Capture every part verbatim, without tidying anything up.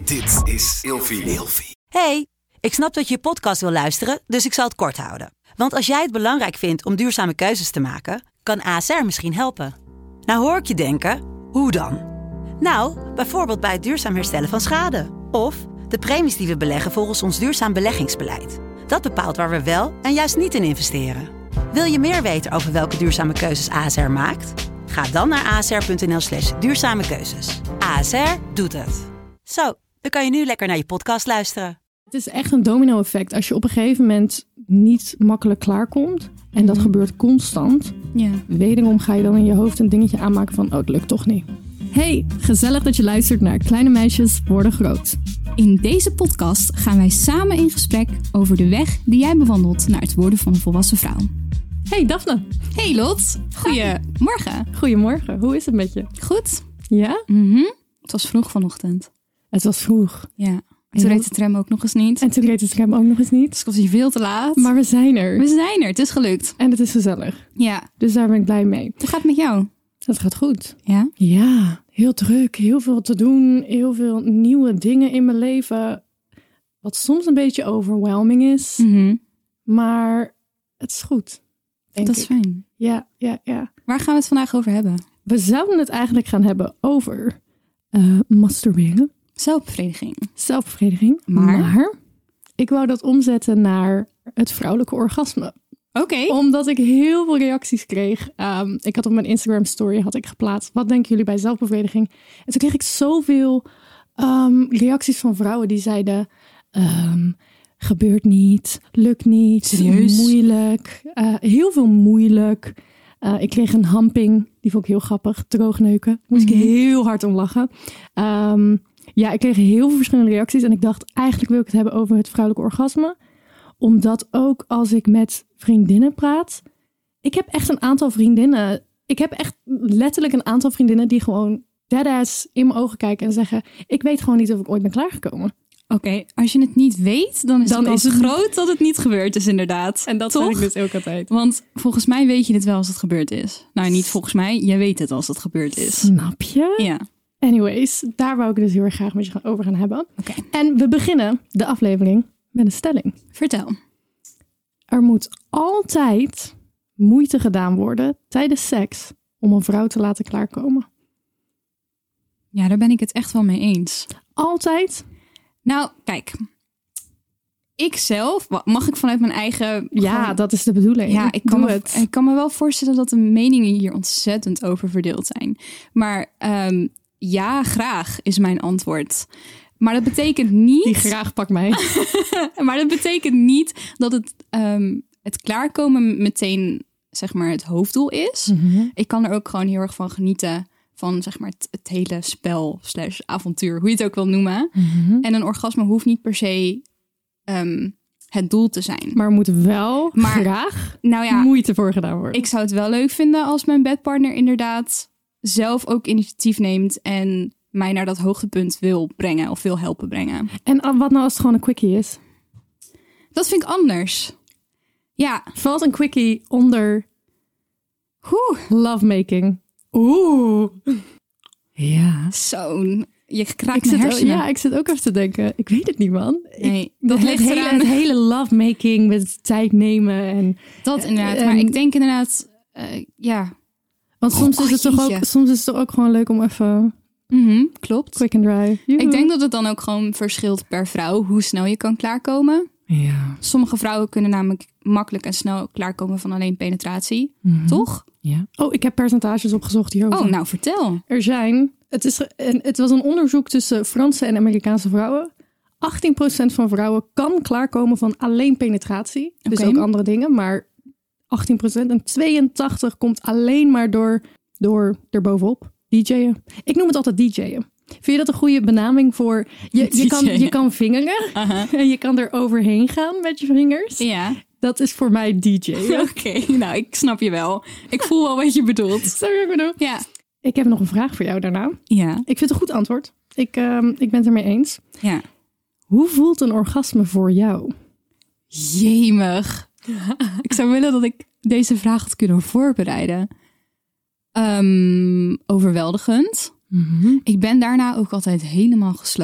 Dit is Ilfie. Hey, ik snap dat je je podcast wil luisteren, dus ik zal het kort houden. Want als jij het belangrijk vindt om duurzame keuzes te maken, kan A S R misschien helpen. Nou hoor ik je denken, hoe dan? Nou, bijvoorbeeld bij het duurzaam herstellen van schade. Of de premies die we beleggen volgens ons duurzaam beleggingsbeleid. Dat bepaalt waar we wel en juist niet in investeren. Wil je meer weten over welke duurzame keuzes A S R maakt? Ga dan naar asr.nl slash duurzame keuzes. A S R doet het. Zo, dan kan je nu lekker naar je podcast luisteren. Het is echt een domino-effect. Als je op een gegeven moment niet makkelijk klaarkomt, en dat gebeurt constant, Ja. wederom ga je dan in je hoofd een dingetje aanmaken van, oh, het lukt toch niet. Hey, gezellig dat je luistert naar Kleine Meisjes Worden Groot. In deze podcast gaan wij samen in gesprek over de weg die jij bewandelt naar het worden van een volwassen vrouw. Hey Daphne. Hey Lot, goedemorgen. Goedemorgen, hoe is het met je? Goed? Ja? Mm-hmm. Het was vroeg vanochtend. Het was vroeg. Ja. En toen Ja. reed de tram ook nog eens niet. En toen reed de tram ook nog eens niet. Dus ik was hier veel te laat. Maar we zijn er. we zijn er, het is gelukt. En het is gezellig. Ja. Dus daar ben ik blij mee. Hoe gaat het met jou? Het gaat goed. Ja? Ja, heel druk. Heel veel te doen. Heel veel nieuwe dingen in mijn leven. Wat soms een beetje overwhelming is. Mm-hmm. Maar het is goed. Denk Dat is ik. fijn. Ja, ja, ja. Waar gaan we het vandaag over hebben? We zouden het eigenlijk gaan hebben over uh, masturberen. Zelfbevrediging. Zelfbevrediging. Maar? maar ik wou dat omzetten naar het vrouwelijke orgasme. Oké. Omdat ik heel veel reacties kreeg. Um, ik had op mijn Instagram story had ik geplaatst. Wat denken jullie bij zelfbevrediging? En toen kreeg ik zoveel um, reacties van vrouwen die zeiden... Um, gebeurt niet, lukt niet, Serieus? moeilijk. Uh, heel veel moeilijk. Uh, ik kreeg een hamping. Die vond ik heel grappig. Droogneuken. Moest Mm-hmm. ik heel hard om lachen. Um, ja, ik kreeg heel veel verschillende reacties. En ik dacht, eigenlijk wil ik het hebben over het vrouwelijke orgasme. Omdat ook als ik met vriendinnen praat... Ik heb echt een aantal vriendinnen... Ik heb echt letterlijk een aantal vriendinnen... die gewoon deadass in mijn ogen kijken en zeggen... Ik weet gewoon niet of ik ooit ben klaargekomen. Oké, okay, als je het niet weet, dan is Dan de kans is het groot dat het niet gebeurd is, inderdaad. En dat Toch? zeg ik dus ook altijd. Want volgens mij weet je het wel als het gebeurd is. Nou, niet volgens mij, jij weet het als het gebeurd is. Snap je? Ja. Anyways, daar wou ik het dus heel erg graag met je gaan- over gaan hebben. Oké, okay. En we beginnen de aflevering met een stelling. Vertel. Er moet altijd moeite gedaan worden tijdens seks om een vrouw te laten klaarkomen. Ja, daar ben ik het echt wel mee eens. Altijd? Nou, kijk. Ik zelf, mag ik vanuit mijn eigen... Ja, gewoon, dat is de bedoeling. Ja, ik kan, Doe me, het. ik kan me wel voorstellen dat de meningen hier ontzettend over verdeeld zijn. Maar um, ja, graag is mijn antwoord. Maar dat betekent niet... Die graag pakt mij. Maar dat betekent niet dat het, um, het klaarkomen meteen, zeg maar, het hoofddoel is. Mm-hmm. Ik kan er ook gewoon heel erg van genieten van, zeg maar, het, het hele spel slash avontuur, hoe je het ook wil noemen. Mm-hmm. En een orgasme hoeft niet per se um, het doel te zijn. Maar er moet wel Maar, graag nou ja, moeite voor gedaan worden. ik zou het wel leuk vinden als mijn bedpartner inderdaad zelf ook initiatief neemt en mij naar dat hoogtepunt wil brengen of wil helpen brengen. En wat nou als het gewoon een quickie is? Dat vind ik anders. Ja. Valt een quickie onder Oeh. lovemaking? Oeh. Ja. Zo'n... Je kraakt Ik mijn zit, hersenen. ja, ik zit ook even te denken. Ik weet het niet, man. Nee, ik, dat het ligt hele, eraan. Het hele lovemaking met tijd nemen. En, Dat inderdaad. en- Maar ik denk inderdaad... Uh, ja. want soms, Oh, is het toch ook, jeetje. soms is het toch ook gewoon leuk om even Mm-hmm, klopt. quick and dry. Joehoe. Ik denk dat het dan ook gewoon verschilt per vrouw hoe snel je kan klaarkomen. Ja. Sommige vrouwen kunnen namelijk makkelijk en snel klaarkomen van alleen penetratie. Mhm. Toch? Ja. Oh, ik heb percentages opgezocht hierover. Oh, nou vertel. Er zijn, het, is, een, het was een onderzoek tussen Franse en Amerikaanse vrouwen. achttien procent van vrouwen kan klaarkomen van alleen penetratie. Dus Oké. ook andere dingen, maar achttien procent. En tweeëntachtig komt alleen maar door, door erbovenop. D J'en. Ik noem het altijd D J'en. Vind je dat een goede benaming voor... Je, je, kan, je kan vingeren Uh-huh. en je kan er overheen gaan met je vingers. Ja. Dat is voor mij D J. Oké, okay, nou ik snap je wel. Ik voel wel wat je bedoelt. Sorry, ik bedoel. Ja. Ik heb nog een vraag voor jou daarna. Ja. Ik vind het een goed antwoord. Ik, uh, ik ben het ermee eens. Ja. Hoe voelt een orgasme voor jou? Jemig. Ik zou willen dat ik deze vraag had kunnen voorbereiden. Um, overweldigend. Mm-hmm. Ik ben daarna ook altijd helemaal gesloopt.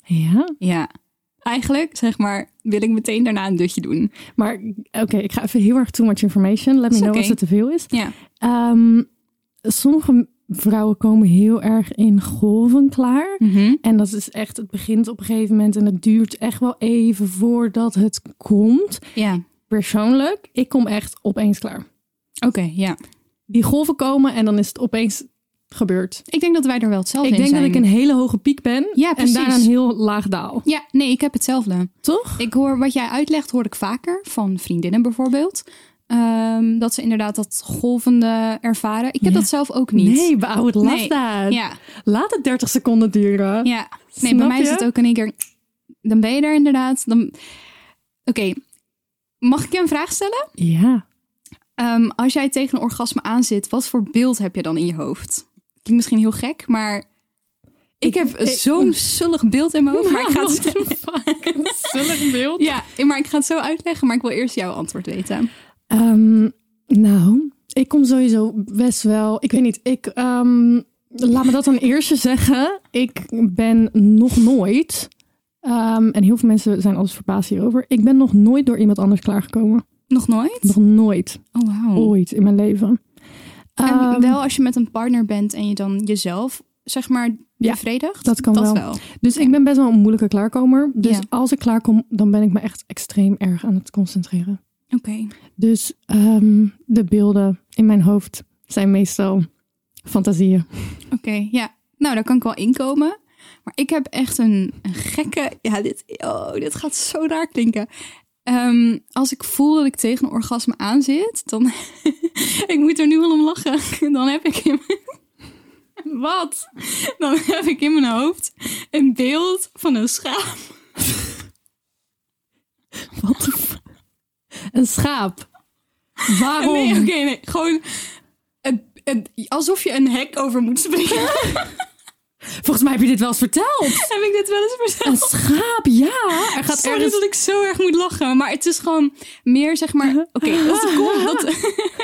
Ja? Ja. Eigenlijk, zeg maar, wil ik meteen daarna een dutje doen. Maar oké, okay, ik ga even heel erg too much information. Let me know okay. als het te veel is. Ja. Um, sommige vrouwen komen heel erg in golven klaar. Mm-hmm. En dat is echt, het begint op een gegeven moment en het duurt echt wel even voordat het komt. Ja. Persoonlijk, ik kom echt opeens klaar. Oké, okay, ja. Die golven komen en dan is het opeens gebeurd. Ik denk dat wij er wel hetzelfde in zijn. Ik denk dat ik een hele hoge piek ben ja, en daarna een heel laag daal. Ja, nee, ik heb hetzelfde. Toch? Ik hoor wat jij uitlegt, hoor ik vaker van vriendinnen bijvoorbeeld. Um, dat ze inderdaad dat golvende ervaren. Ik heb ja. dat zelf ook niet. Nee, but I would love nee. that. Ja. Laat het dertig seconden duren. Ja, nee, Snap bij mij je? is het ook in één keer. Dan ben je er inderdaad. Dan... Oké, okay. Mag ik je een vraag stellen? Ja. Um, als jij tegen een orgasme aanzit, wat voor beeld heb je dan in je hoofd? Klinkt misschien heel gek, maar ik, ik heb ik, zo'n ik, zullig beeld in mijn hoofd. Maar ik ga het een zullig beeld? Ja, maar ik ga het zo uitleggen, maar ik wil eerst jouw antwoord weten. Um, nou, ik kom sowieso best wel... Ik weet niet, ik... Um, laat me dat dan eerst zeggen. Ik ben nog nooit... Um, en heel veel mensen zijn alles verbaasd hierover. Ik ben nog nooit door iemand anders klaargekomen. Nog nooit? Nog nooit. Oh, wow. Ooit in mijn leven. En um, wel als je met een partner bent en je dan jezelf, zeg maar, bevredigt? Ja, dat kan dat wel. wel. Dus ik ben best wel een moeilijke klaarkomer. Dus ja. als ik klaarkom, dan ben ik me echt extreem erg aan het concentreren. Oké. Okay. Dus um, de beelden in mijn hoofd zijn meestal fantasieën. Oké, okay, ja. Nou, daar kan ik wel inkomen. Maar ik heb echt een, een gekke... Ja, dit, oh, dit gaat zo raar klinken. Um, als ik voel dat ik tegen een orgasme aan zit, dan... ik moet er nu wel om lachen. Dan heb ik in mijn... Wat? Dan heb ik in mijn hoofd een beeld van een schaap. Wat? Een schaap? Waarom? Nee, oké, okay, nee. Gewoon... Het, het, alsof je een hek over moet springen. Volgens mij heb je dit wel eens verteld. Heb ik dit wel eens verteld? Een schaap, ja. Er gaat Sorry ergens... dat ik zo erg moet lachen. Maar het is gewoon meer, zeg maar... Oké, okay, dat komt... Dat...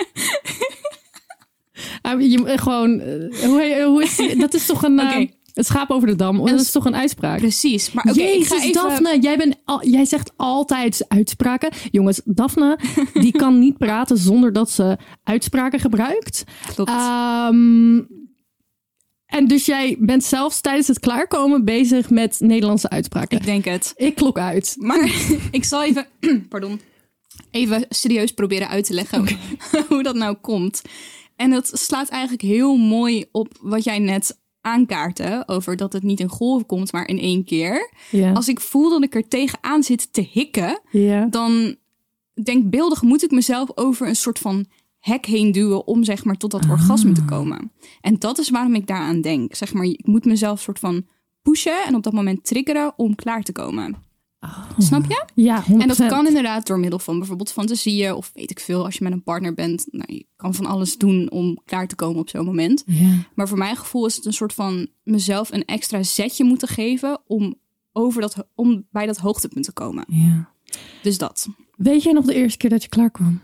je, gewoon... Uh, hoe, hoe is die? Dat is toch een... Okay. Uh, het schaap over de dam. Dat is toch een uitspraak? Precies. Maar okay, Jezus, ik ga even... Daphne, jij, bent al, jij zegt altijd uitspraken. Jongens, Daphne, die kan niet praten zonder dat ze uitspraken gebruikt. Klopt. Um, en dus jij bent zelfs tijdens het klaarkomen bezig met Nederlandse uitspraken. Ik denk het. Ik klok uit. Maar ik zal even... pardon. Even serieus proberen uit te leggen okay. hoe dat nou komt. En dat slaat eigenlijk heel mooi op wat jij net aankaarten over dat het niet in golven komt, maar in één keer. Ja. Als ik voel dat ik er tegenaan zit te hikken, ja. dan denkbeeldig moet ik mezelf over een soort van hek heen duwen om zeg maar tot dat ah. orgasme te komen. En dat is waarom ik daaraan denk. Zeg maar, ik moet mezelf soort van pushen en op dat moment triggeren om klaar te komen. Oh. Snap je? Ja, honderd procent. En dat kan inderdaad door middel van bijvoorbeeld fantasieën of weet ik veel. Als je met een partner bent, nou, je kan van alles doen om klaar te komen op zo'n moment. Ja. Maar voor mijn gevoel is het een soort van mezelf een extra zetje moeten geven om, over dat, om bij dat hoogtepunt te komen. Ja. Dus dat. Weet jij nog de eerste keer dat je klaar kwam?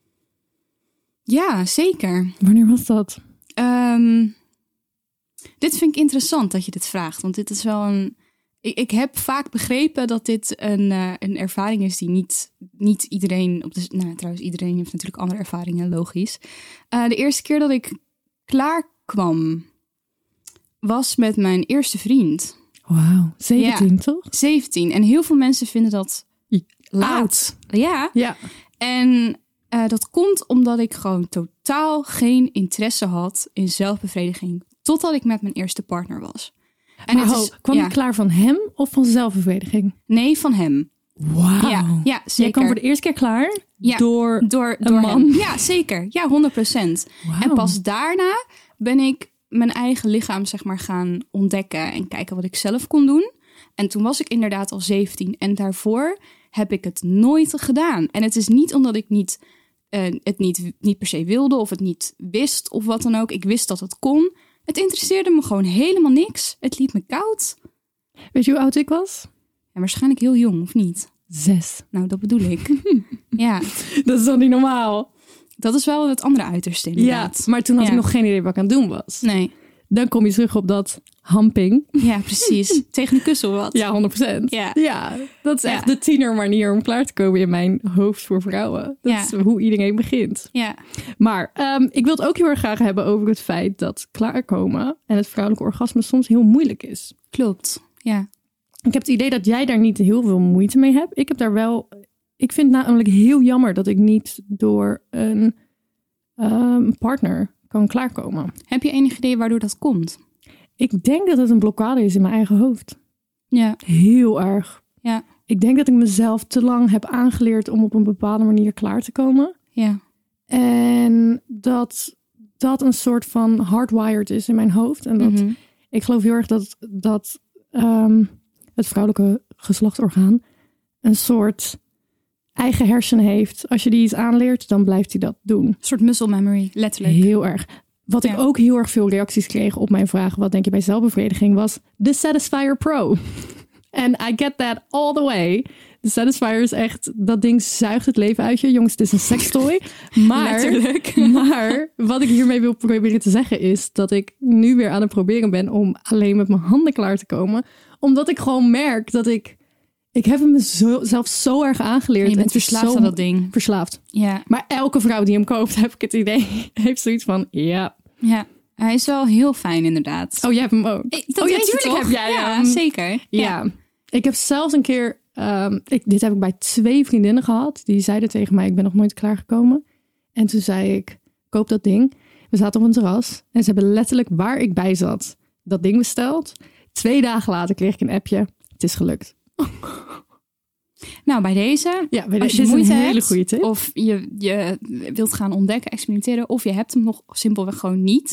Ja, zeker. Wanneer was dat? Um, dit vind ik interessant dat je dit vraagt. Want dit is wel een... Ik, ik heb vaak begrepen dat dit een, uh, een ervaring is die niet, niet iedereen... Op de, nou, trouwens, iedereen heeft natuurlijk andere ervaringen, logisch. Uh, de eerste keer dat ik klaar kwam was met mijn eerste vriend. Wauw, zeventien ja, toch? zeventien. En heel veel mensen vinden dat laat. Ja. ja. En uh, dat komt omdat ik gewoon totaal geen interesse had in zelfbevrediging. Totdat ik met mijn eerste partner was. En maar het ho, is, kwam ja. je klaar van hem of van zelfbevrediging? Nee, van hem. Wauw. Ja, ja, zeker. Jij kwam voor de eerste keer klaar ja, door, door, een door man? Hem. Ja, zeker. Ja, honderd procent. Wow. En pas daarna ben ik mijn eigen lichaam zeg maar gaan ontdekken en kijken wat ik zelf kon doen. En toen was ik inderdaad al zeventien. En daarvoor heb ik het nooit gedaan. En het is niet omdat ik niet, uh, het niet, niet per se wilde of het niet wist of wat dan ook. Ik wist dat het kon. Het interesseerde me gewoon helemaal niks. Het liet me koud. Weet je hoe oud ik was? Ja, waarschijnlijk heel jong, of niet? Zes. Nou, dat bedoel ik. Ja. Dat is toch niet normaal? Dat is wel het andere uiterste inderdaad. Ja, maar toen had ja. ik nog geen idee wat ik aan het doen was. Nee. dan kom je terug op dat humping. Ja, precies. Tegen de kussen of wat? Ja, honderd procent. Ja. ja, dat is echt ja. de tiener manier om klaar te komen in mijn hoofd voor vrouwen. Dat ja. is hoe iedereen begint. Ja. Maar um, ik wil het ook heel erg graag hebben over het feit dat klaarkomen en het vrouwelijke orgasme soms heel moeilijk is. Klopt, ja. Ik heb het idee dat jij daar niet heel veel moeite mee hebt. Ik heb daar wel... Ik vind het namelijk heel jammer dat ik niet door een um, partner kan klaarkomen. Heb je enig idee waardoor dat komt? Ik denk dat het een blokkade is in mijn eigen hoofd. Ja. Heel erg. Ja. Ik denk dat ik mezelf te lang heb aangeleerd om op een bepaalde manier klaar te komen. Ja. En dat dat een soort van hardwired is in mijn hoofd. En dat Mm-hmm. ik geloof heel erg dat, dat um, het vrouwelijke geslachtsorgaan een soort eigen hersenen heeft. Als je die iets aanleert, dan blijft hij dat doen. Een soort muscle memory, letterlijk. Heel erg. Wat ja. ik ook heel erg veel reacties kreeg op mijn vraag, wat denk je bij zelfbevrediging, was de Satisfyer Pro. En I get that all the way. De Satisfyer is echt, dat ding zuigt het leven uit je. Jongens, het is een sextoy. Maar, maar wat ik hiermee wil proberen te zeggen is dat ik nu weer aan het proberen ben om alleen met mijn handen klaar te komen. Omdat ik gewoon merk dat ik... Ik heb hem zo, zelf zo erg aangeleerd. En je bent en verslaafd zo aan dat ding. Verslaafd. Ja. Maar elke vrouw die hem koopt, heb ik het idee, heeft zoiets van, ja. Ja, hij is wel heel fijn inderdaad. Oh, jij hebt hem ook? Ik, dat oh ja, weet je tuurlijk toch? heb jij ja, hem. zeker. Ja. Ja. Ik heb zelfs een keer, um, ik, dit heb ik bij twee vriendinnen gehad. Die zeiden tegen mij, ik ben nog nooit klaargekomen. En toen zei ik, koop dat ding. We zaten op een terras en ze hebben letterlijk waar ik bij zat dat ding besteld. Twee dagen later kreeg ik een appje. Het is gelukt. Nou, bij deze, ja, bij de, als je dit is moeite een hele hebt, goede tip. of je, je wilt gaan ontdekken, experimenteren, of je hebt hem nog simpelweg gewoon niet.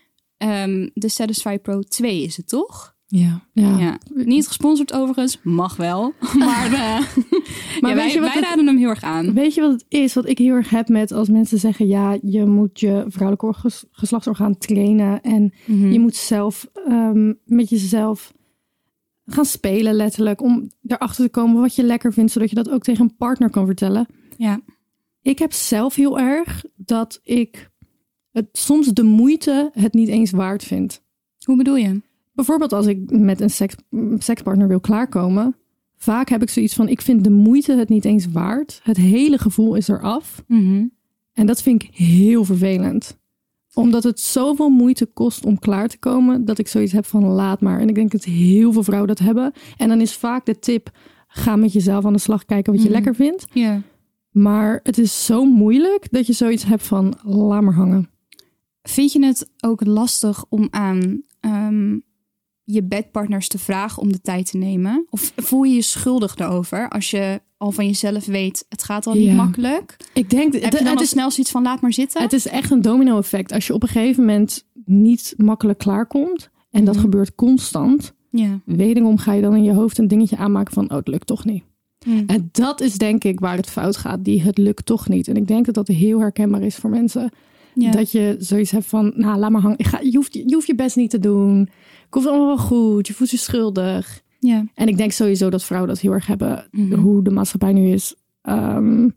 Um, de Satisfy Pro twee is het toch? Ja. ja. ja. Niet gesponsord overigens, mag wel. Maar, uh, maar ja, wij, je wat wij het, raden hem heel erg aan. Weet je wat het is? Wat ik heel erg heb met als mensen zeggen, ja, je moet je vrouwelijke geslachtsorgaan trainen. En mm-hmm. je moet zelf um, met jezelf gaan spelen letterlijk. Om erachter te komen wat je lekker vindt. Zodat je dat ook tegen een partner kan vertellen. Ja. Ik heb zelf heel erg dat ik het, soms de moeite het niet eens waard vind. Hoe bedoel je? Bijvoorbeeld als ik met een seks, sekspartner wil klaarkomen. Vaak heb ik zoiets van, ik vind de moeite het niet eens waard. Het hele gevoel is eraf. Mm-hmm. En dat vind ik heel vervelend. Omdat het zoveel moeite kost om klaar te komen, dat ik zoiets heb van laat maar. En ik denk dat heel veel vrouwen dat hebben. En dan is vaak de tip, ga met jezelf aan de slag kijken wat je mm-hmm. lekker vindt. Yeah. Maar het is zo moeilijk dat je zoiets hebt van laat maar hangen. Vind je het ook lastig om aan um, je bedpartners te vragen om de tijd te nemen? Of voel je je schuldig daarover als je al van jezelf weet, het gaat al niet ja. makkelijk? Ik denk, Heb je dan het al is, snel zoiets van laat maar zitten? Het is echt een domino effect. Als je op een gegeven moment niet makkelijk klaarkomt en dat mm. gebeurt constant. Ja. Wederom ga je dan in je hoofd een dingetje aanmaken van, oh, het lukt toch niet. Mm. En dat is denk ik waar het fout gaat. Die het lukt toch niet. En ik denk dat dat heel herkenbaar is voor mensen. Ja. Dat je zoiets hebt van, nou, laat maar hangen. Ik ga, je, hoeft, je hoeft je best niet te doen. Komt allemaal wel goed. Je voelt je schuldig. Ja. En ik denk sowieso dat vrouwen dat heel erg hebben. Mm-hmm. Hoe de maatschappij nu is. Um,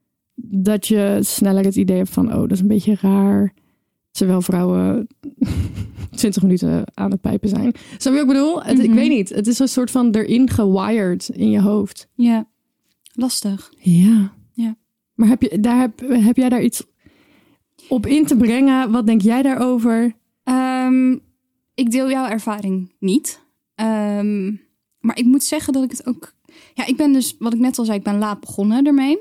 dat je sneller het idee hebt van, oh, dat is een beetje raar. Terwijl vrouwen twintig minuten aan het pijpen zijn. Zo ik bedoel? Het, mm-hmm. Ik weet niet. Het is een soort van erin gewired in je hoofd. Ja, lastig. Ja. Ja. Maar heb, je, daar heb, heb jij daar iets op in te brengen? Wat denk jij daarover? Um, ik deel jouw ervaring niet. Um, maar ik moet zeggen dat ik het ook... Ja, ik ben dus, wat ik net al zei, ik ben laat begonnen ermee.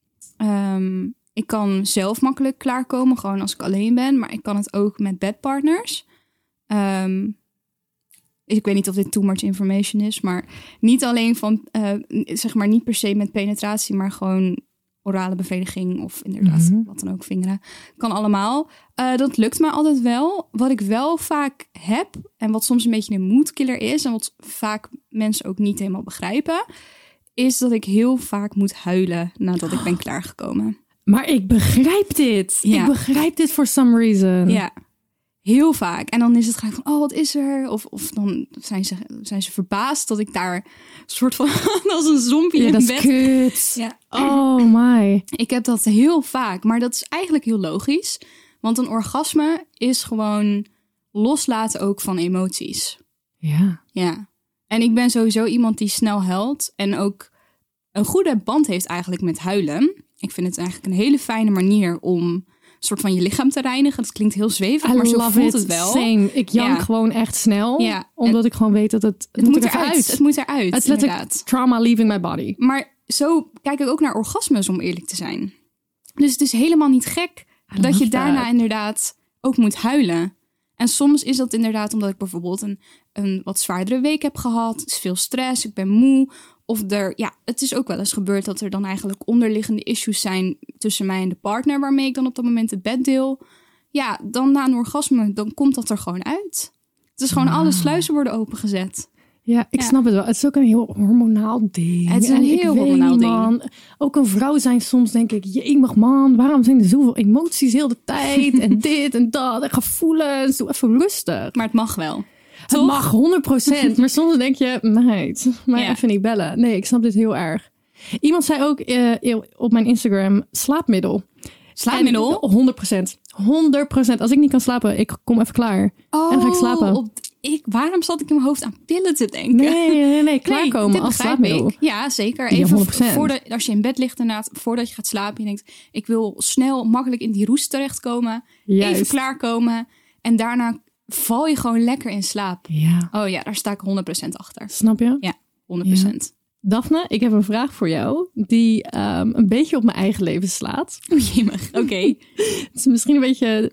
Um, ik kan zelf makkelijk klaarkomen, gewoon als ik alleen ben. Maar ik kan het ook met bedpartners. Um, ik weet niet of dit too much information is, maar niet alleen van, uh, zeg maar niet per se met penetratie, maar gewoon orale bevrediging of inderdaad mm-hmm. wat dan ook, vingeren. Kan allemaal. Uh, dat lukt me altijd wel. Wat ik wel vaak heb en wat soms een beetje een moodkiller is en wat vaak mensen ook niet helemaal begrijpen, is dat ik heel vaak moet huilen nadat ik ben klaargekomen. Maar ik begrijp dit. Ja. Ik begrijp dit for some reason. Ja, heel vaak. En dan is het gelijk van, oh, wat is er? Of, of dan zijn ze, zijn ze verbaasd dat ik daar soort van als een zombie ja, in dat bed... Is kut. Ja. Oh my. Ik heb dat heel vaak. Maar dat is eigenlijk heel logisch. Want een orgasme is gewoon loslaten ook van emoties. Ja. Ja. En ik ben sowieso iemand die snel huilt en ook een goede band heeft eigenlijk met huilen. Ik vind het eigenlijk een hele fijne manier om een soort van je lichaam te reinigen. Dat klinkt heel zweverig, I maar zo voelt it. het wel. Same. Ik jank Ja. gewoon echt snel, Ja. omdat En ik gewoon weet dat het, het, Het moet moet er even eruit. uit. Het moet eruit, Het is letterlijk inderdaad. trauma leaving my body. Maar zo kijk ik ook naar orgasmes, om eerlijk te zijn. Dus het is helemaal niet gek dat je love daarna that. inderdaad ook moet huilen. En soms is dat inderdaad omdat ik bijvoorbeeld een, een wat zwaardere week heb gehad. Het is veel stress, ik ben moe. Of er, ja, het is ook wel eens gebeurd dat er dan eigenlijk onderliggende issues zijn tussen mij en de partner waarmee ik dan op dat moment het bed deel. Ja, dan na een orgasme, dan komt dat er gewoon uit. Het is gewoon, alle sluizen worden opengezet. Ja, ik Ja. snap het wel. Het is ook een heel hormonaal ding. Het is een En ik heel weet hormonaal niet, ding. man. Ook een vrouw zijn soms denk ik, jemig man, waarom zijn er zoveel emoties heel de tijd? En dit en dat en gevoelens. Doe even rustig. Maar het mag wel. Het Toch? mag honderd procent. Maar soms denk je, meid, maar Ja. even niet bellen. Nee, ik snap dit heel erg. Iemand zei ook eh, op mijn Instagram, slaapmiddel. Slaapmiddel? En honderd procent. honderd procent. Als ik niet kan slapen, ik kom even klaar. Oh, en dan ga ik slapen. Op, ik, waarom zat ik in mijn hoofd aan pillen te denken? Nee, nee, nee. Klaarkomen dit als begrijp slaapmiddel. ik. Ja, zeker. Ja, Even honderd procent. voordat, als je in bed ligt inderdaad, voordat je gaat slapen, je denkt, ik wil snel, makkelijk in die roes terechtkomen. Juist. Even klaarkomen. En daarna val je gewoon lekker in slaap. Ja, Oh ja, daar sta ik honderd procent achter. snap je? Ja, honderd procent. Daphne, ik heb een vraag voor jou die ehm, een beetje op mijn eigen leven slaat. O jemig, oké. Het is misschien een beetje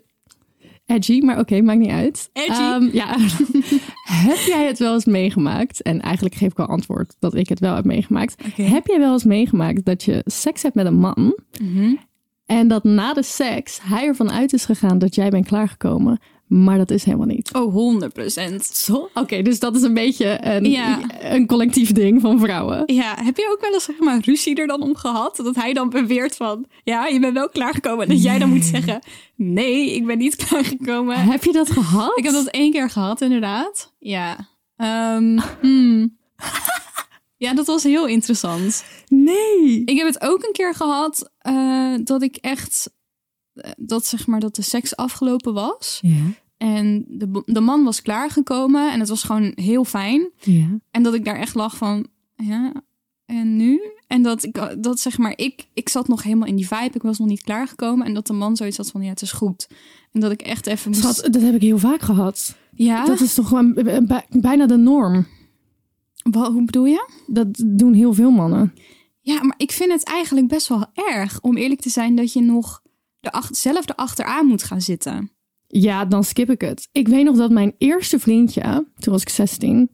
edgy, maar oké, maakt niet uit. Edgy? Ehm, ja. Heb jij het wel eens meegemaakt? En eigenlijk geef ik al antwoord dat ik het wel heb meegemaakt. Oké. Heb jij wel eens meegemaakt dat je seks hebt met een man Mhm. en dat na de seks hij ervan uit is gegaan dat jij bent klaargekomen, maar dat is helemaal niet? Oh, honderd procent. Zo? Oké, dus dat is een beetje een, Ja. een collectief ding van vrouwen. Ja, heb je ook wel eens zeg maar ruzie er dan om gehad? Dat hij dan beweert van, ja, je bent wel klaargekomen. En dat jij dan moet zeggen, nee, ik ben niet klaargekomen. Heb je dat gehad? Ik heb dat één keer gehad, inderdaad. Ja. Ehm, hmm. Ja, dat was heel interessant. Nee. Ik heb het ook een keer gehad eh, dat ik echt, eh, dat zeg maar dat de seks afgelopen was. Ja. En de, de man was klaargekomen en het was gewoon heel fijn. Ja. En dat ik daar echt lag van, ja, en nu? En dat ik, dat zeg maar, ik, ik zat nog helemaal in die vibe. Ik was nog niet klaargekomen. En dat de man zoiets had van, ja, het is goed. En dat ik echt even moest... Schat, dat heb ik heel vaak gehad. Ja? Dat is toch gewoon b- b- bijna de norm. Wat, hoe bedoel je? Dat doen heel veel mannen. Ja, maar ik vind het eigenlijk best wel erg, om eerlijk te zijn, dat je nog de ach- zelf erachteraan moet gaan zitten. Ja, dan skip ik het. Ik weet nog dat mijn eerste vriendje, toen was ik zestien.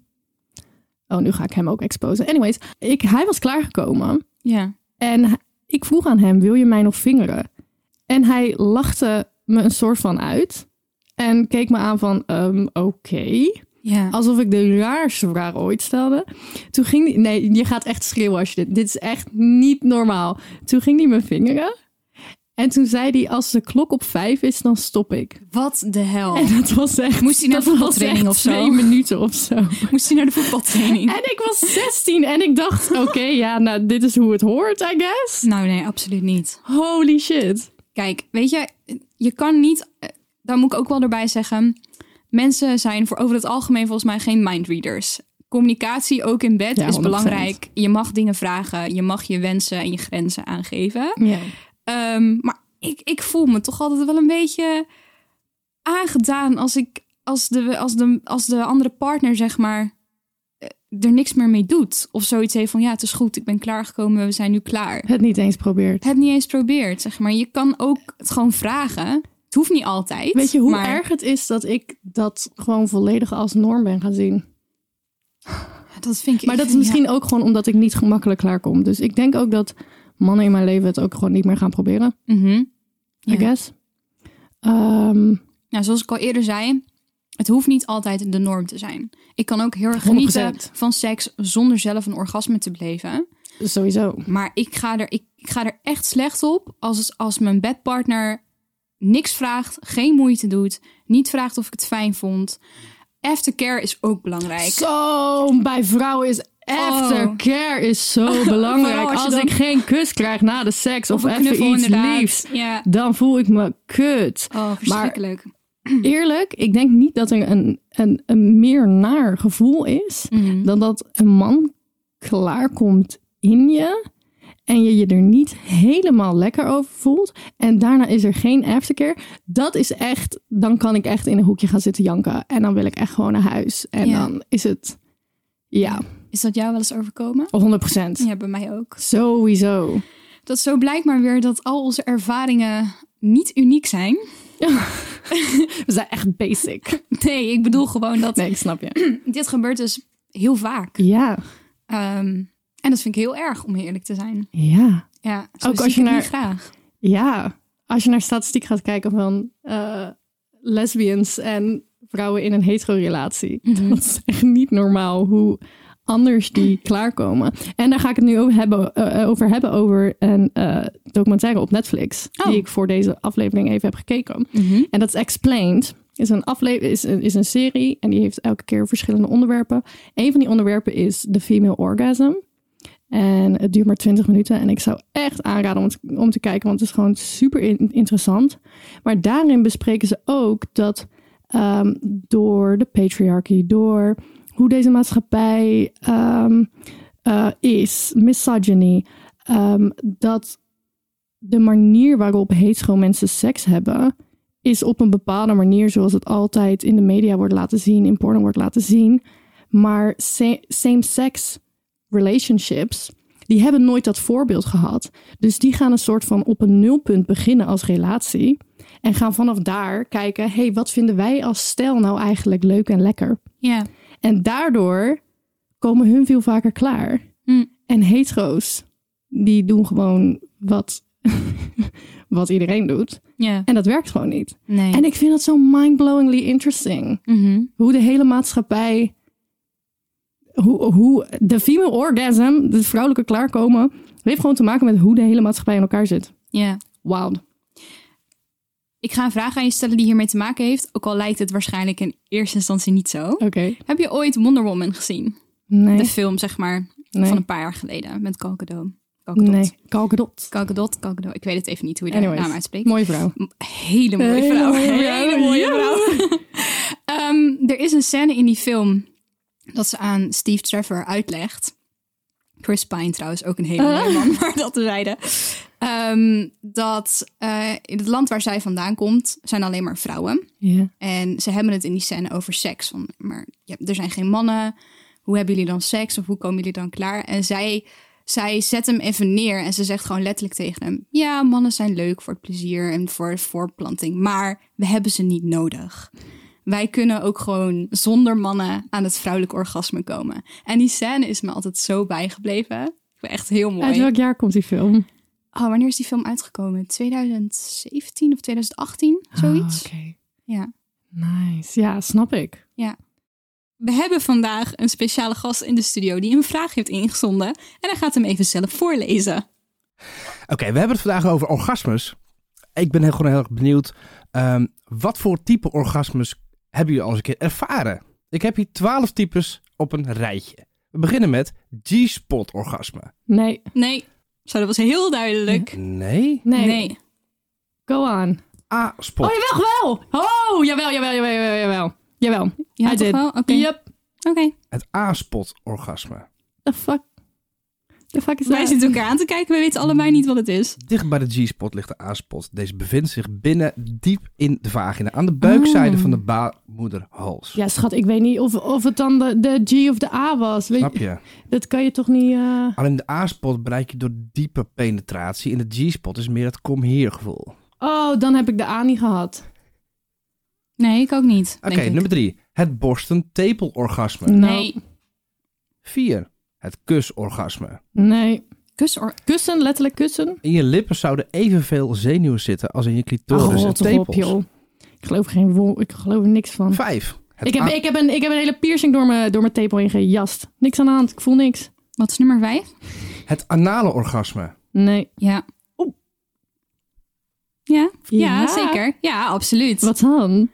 Oh, nu ga ik hem ook exposen. Anyways, ik, hij was klaargekomen. Ja. En hij- ik vroeg aan hem, wil je mij nog vingeren? En hij lachte me een soort van uit. En keek me aan van, um, oké. Ja. Alsof ik de raarste vraag ooit stelde. Toen ging die... Nee, je gaat echt schreeuwen als je dit... Dit is echt niet normaal. Toen ging hij me vingeren. En toen zei hij, als de klok op vijf is, dan stop ik. Wat de hel. En dat was echt... Moest hij naar dat was voetbaltraining echt of zo? twee minuten of zo. Moest hij naar de voetbaltraining? En ik was zestien en ik dacht, oké, ja, nou, dit is hoe het hoort, I guess. Nou nee, absoluut niet. Holy shit. Kijk, weet je, je kan niet... Daar moet ik ook wel erbij zeggen... Mensen zijn voor over het algemeen volgens mij geen mindreaders. Communicatie, ook in bed, Ja, is honderd procent. belangrijk. Je mag dingen vragen. Je mag je wensen en je grenzen aangeven. Ja. Um, maar ik, ik voel me toch altijd wel een beetje aangedaan als ik als de, als de, als de andere partner, zeg maar, er niks meer mee doet. Of zoiets heeft van, ja, het is goed, ik ben klaargekomen, we zijn nu klaar. Het niet eens probeert. Het niet eens probeert, zeg maar. Je kan ook het gewoon vragen. Het hoeft niet altijd. Weet je hoe maar... erg het is dat ik dat gewoon volledig als norm ben gaan zien? Dat vind ik, Maar dat is misschien ook gewoon omdat ik niet gemakkelijk klaarkom. Dus ik denk ook dat mannen in mijn leven het ook gewoon niet meer gaan proberen. Ja. Mm-hmm. I Ja. guess. Um, Nou, zoals ik al eerder zei, het hoeft niet altijd de norm te zijn. Ik kan ook heel erg honderd genieten procent. van seks zonder zelf een orgasme te beleven. sowieso. Maar ik ga er, ik, ik ga er echt slecht op als, als mijn bedpartner niks vraagt, geen moeite doet, niet vraagt of ik het fijn vond. Aftercare is ook belangrijk. Zo, bij vrouwen is aftercare is zo belangrijk. Vooral als Als, je dan- ik geen kus krijg na de seks of, een even knuffel, iets inderdaad. liefs, Ja. dan voel ik me kut. Oh, verschrikkelijk. eerlijk, ik denk niet dat er een, een, een meer naar gevoel is... Mm-hmm. dan dat een man klaarkomt in je... en je je er niet helemaal lekker over voelt... en daarna is er geen aftercare. Dat is echt... dan kan ik echt in een hoekje gaan zitten janken... en dan wil ik echt gewoon naar huis. En Ja. dan is het... ja, Is dat jou wel eens overkomen? honderd procent. Ja, bij mij ook. Sowieso. Dat zo blijkt maar weer dat al onze ervaringen niet uniek zijn. We zijn echt basic. Nee, ik bedoel gewoon dat Nee, ik snap je. dit gebeurt dus heel vaak. Ja, Um, en dat vind ik heel erg, om eerlijk te zijn. ja. Ja, zo Ook zie als ik je het naar- niet graag. Ja, als je naar statistiek gaat kijken van uh, lesbians en vrouwen in een hetero-relatie. Mm-hmm. Dat is echt niet normaal hoe anders die klaarkomen. En daar ga ik het nu over hebben, uh, over, hebben over een uh, documentaire op Netflix. Oh. Die ik voor deze aflevering even heb gekeken. Mm-hmm. En dat is Explained. Is een, afle- is, een, is een serie en die heeft elke keer verschillende onderwerpen. Een van die onderwerpen is de female orgasm. En het duurt maar twintig minuten. En ik zou echt aanraden om, te- om te kijken, want het is gewoon super in- interessant. Maar daarin bespreken ze ook dat um, door de patriarchy, door hoe deze maatschappij um, uh, is, misogyny, um, dat de manier waarop hetero mensen seks hebben, is op een bepaalde manier zoals het altijd in de media wordt laten zien, in porno wordt laten zien. Maar sa- same-sex relationships, die hebben nooit dat voorbeeld gehad. Dus die gaan een soort van op een nulpunt beginnen als relatie. En gaan vanaf daar kijken, hey, wat vinden wij als stel nou eigenlijk leuk en lekker? Ja. En daardoor komen hun veel vaker klaar. Hm. En hetero's, die doen gewoon wat, wat iedereen doet. Ja. En dat werkt gewoon niet. Nee. En ik vind dat zo mind-blowingly interesting. Mm-hmm. Hoe de hele maatschappij, hoe, hoe de female orgasm, de vrouwelijke klaarkomen, heeft gewoon te maken met hoe de hele maatschappij in elkaar zit. Ja. Wauw. Ik ga een vraag aan je stellen die hiermee te maken heeft. Ook al lijkt het waarschijnlijk in eerste instantie niet zo. Oké. Okay. Heb je ooit Wonder Woman gezien? Nee. De film, zeg maar, Nee. van een paar jaar geleden. Met Gal Gadot. Gal Gadot. Nee. Gal Gadot. Gal Gadot, Gal Gadot. Ik weet het even niet hoe je de Anyways, naam uitspreekt. mooie vrouw. Hele mooie Hele vrouw. mooie vrouw. Hele mooie Ja. vrouw. um, er is een scène in die film dat ze aan Steve Trevor uitlegt. Chris Pine trouwens, ook een hele mooie man, maar dat terzijde. Um, dat uh, in het land waar zij vandaan komt, zijn alleen maar vrouwen. Yeah. En ze hebben het in die scène over seks. Van, maar ja, er zijn geen mannen. Hoe hebben jullie dan seks? Of hoe komen jullie dan klaar? En zij, zij zet hem even neer en ze zegt gewoon letterlijk tegen hem: ja, mannen zijn leuk voor het plezier en voor de voortplanting, maar we hebben ze niet nodig. Wij kunnen ook gewoon zonder mannen aan het vrouwelijk orgasme komen. En die scène is me altijd zo bijgebleven. Ik ben echt heel mooi. Uit welk jaar komt die film? Oh, wanneer is die film uitgekomen? twintig zeventien of twintig achttien? Zoiets. Oh, okay. Ja. Nice. Ja, snap ik. Ja. We hebben vandaag een speciale gast in de studio die een vraag heeft ingezonden. En hij gaat hem even zelf voorlezen. Oké, okay, we hebben het vandaag over orgasmes. Ik ben heel, gewoon heel erg benieuwd. Um, wat voor type orgasmes hebben jullie al eens een keer ervaren? Ik heb hier twaalf types op een rijtje. We beginnen met G-spot orgasme. Nee. Nee. Zo, dat was heel duidelijk. Nee? Nee. Nee. Go on. A-spot. Oh, jawel, wel. Oh, jawel, jawel, jawel, jawel, jawel. Jawel. Ja, I toch did. wel? Oké. Yep. Oké. Okay. Het A-spot orgasme. The fuck? The fuck is Wij dat? zitten elkaar aan te kijken. We weten allebei niet wat het is. Dicht bij de G-spot ligt de A-spot. Deze bevindt zich binnen diep in de vagina. Aan de buikzijde Oh. van de baarmoederhals. Ja, schat, ik weet niet of, of het dan de, de G of de A was. Weet Snap je? Dat kan je toch niet... Uh... Alleen de A-spot bereik je door diepe penetratie. En de G-spot is meer het kom hier gevoel. Oh, dan heb ik de A niet gehad. Nee, ik ook niet. Oké, okay, nummer drie. Het borsten-tepelorgasme. No. Nee. Vier. Het kusorgasme. Nee. Kusor- Kussen, letterlijk kussen? In je lippen zouden evenveel zenuwen zitten als in je clitoris oh, en toch tepels. op, joh. Ik geloof geen wol, ik geloof er niks van. Vijf. Ik heb, ik, heb een, ik heb een hele piercing door mijn, door mijn tepel heen gejast. Niks aan de hand, ik voel niks. Wat is nummer vijf? Het anale orgasme. Nee. Ja. Oh. Ja? Ja, Ja. zeker. Ja, absoluut. Wat dan?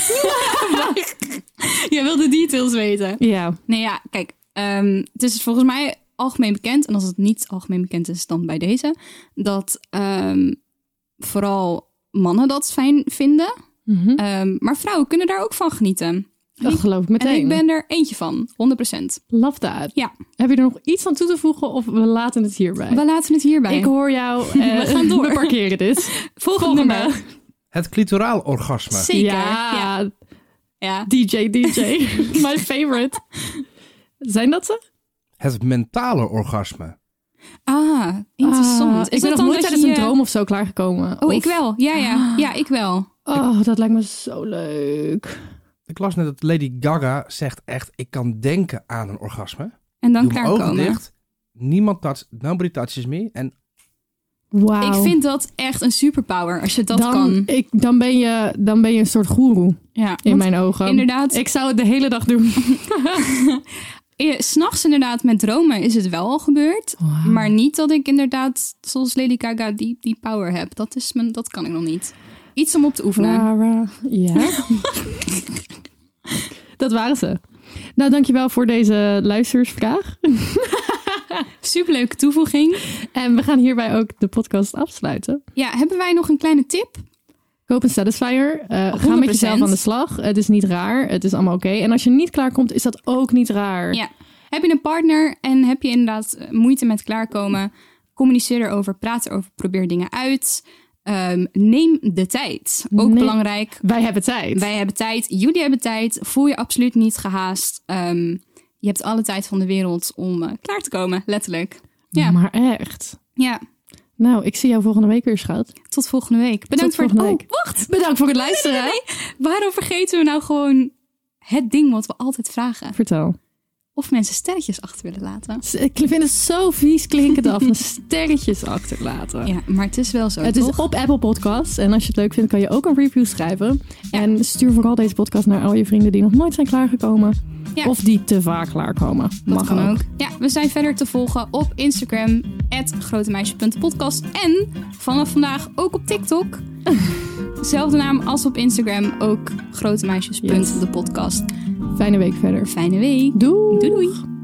Jij wil de details weten. Ja. Nee, ja, kijk. Um, het is volgens mij algemeen bekend, en als het niet algemeen bekend is, dan bij deze, dat um, vooral mannen dat fijn vinden. Mm-hmm. Um, maar vrouwen kunnen daar ook van genieten. Dat ik, geloof ik meteen. En ik ben er eentje van, honderd procent. Love that. Ja. Heb je er nog iets aan toe te voegen of we laten het hierbij? We laten het hierbij. Ik hoor jou. Uh, we gaan door. We parkeren dit. Volgende nummer. Het clitoraal orgasme. Zeker. Ja. ja. ja. D J, D J. My favorite. Zijn dat ze? Het mentale orgasme. Ah, interessant. Ah, Is ik ben dat nog dan nooit dat tijdens je... een droom of zo klaargekomen. Oh, of... ik wel. Ja, ja. Ja, ik wel. Oh, dat lijkt me zo leuk. Ik las net dat Lady Gaga zegt echt, ik kan denken aan een orgasme. En dan Doe mijn ogen klaarkomen. dicht. Niemand touch, nobody touches me. En Wauw. Ik vind dat echt een superpower als je dat dan, kan. Ik, dan, ben je, dan ben je een soort goeroe Ja, in want mijn ogen. inderdaad. Ik zou het de hele dag doen. S'nachts inderdaad met dromen is het wel al gebeurd. Wow. Maar niet dat ik inderdaad, zoals Lady Gaga, die, die power heb. Dat, is mijn, dat kan ik nog niet. Iets om op te oefenen. Clara. Ja. Dat waren ze. Nou, dankjewel voor deze luistersvraag. Superleuke toevoeging. En we gaan hierbij ook de podcast afsluiten. Ja, hebben wij nog een kleine tip? Koop een Satisfyer. Uh, ga met honderd procent. jezelf aan de slag. Het is niet raar. Het is allemaal oké. Okay. En als je niet klaarkomt, is dat ook niet raar. Ja. Heb je een partner en heb je inderdaad moeite met klaarkomen? Communiceer erover, praat erover, probeer dingen uit. Um, neem de tijd. Ook Nee. belangrijk. Wij hebben tijd. Wij hebben tijd, jullie hebben tijd. Voel je absoluut niet gehaast. Um, je hebt alle tijd van de wereld om uh, klaar te komen, letterlijk. Ja. Maar echt. Ja. Nou, ik zie jou volgende week weer, schat. Tot volgende week. Bedankt Tot voor het... volgende Oh, wacht. Bedankt voor het luisteren. Nee, nee, nee. Waarom vergeten we nou gewoon het ding wat we altijd vragen? Vertel. Of mensen sterretjes achter willen laten. Ik vind het zo vies klinken af. Een sterretjes achterlaten. Ja, maar het is wel zo, Het toch? is op Apple Podcasts. En als je het leuk vindt, kan je ook een review schrijven. Ja. En stuur vooral deze podcast naar al je vrienden die nog nooit zijn klaargekomen. Ja. Of die te vaak klaarkomen. Dat Mag kan ook. ook. Ja, we zijn verder te volgen op Instagram, at grotemeisje punt podcast. En vanaf vandaag ook op TikTok. Zelfde naam als op Instagram, ook grotemeisjes punt de podcast. Fijne week verder. Fijne week. Doei. Doei doei.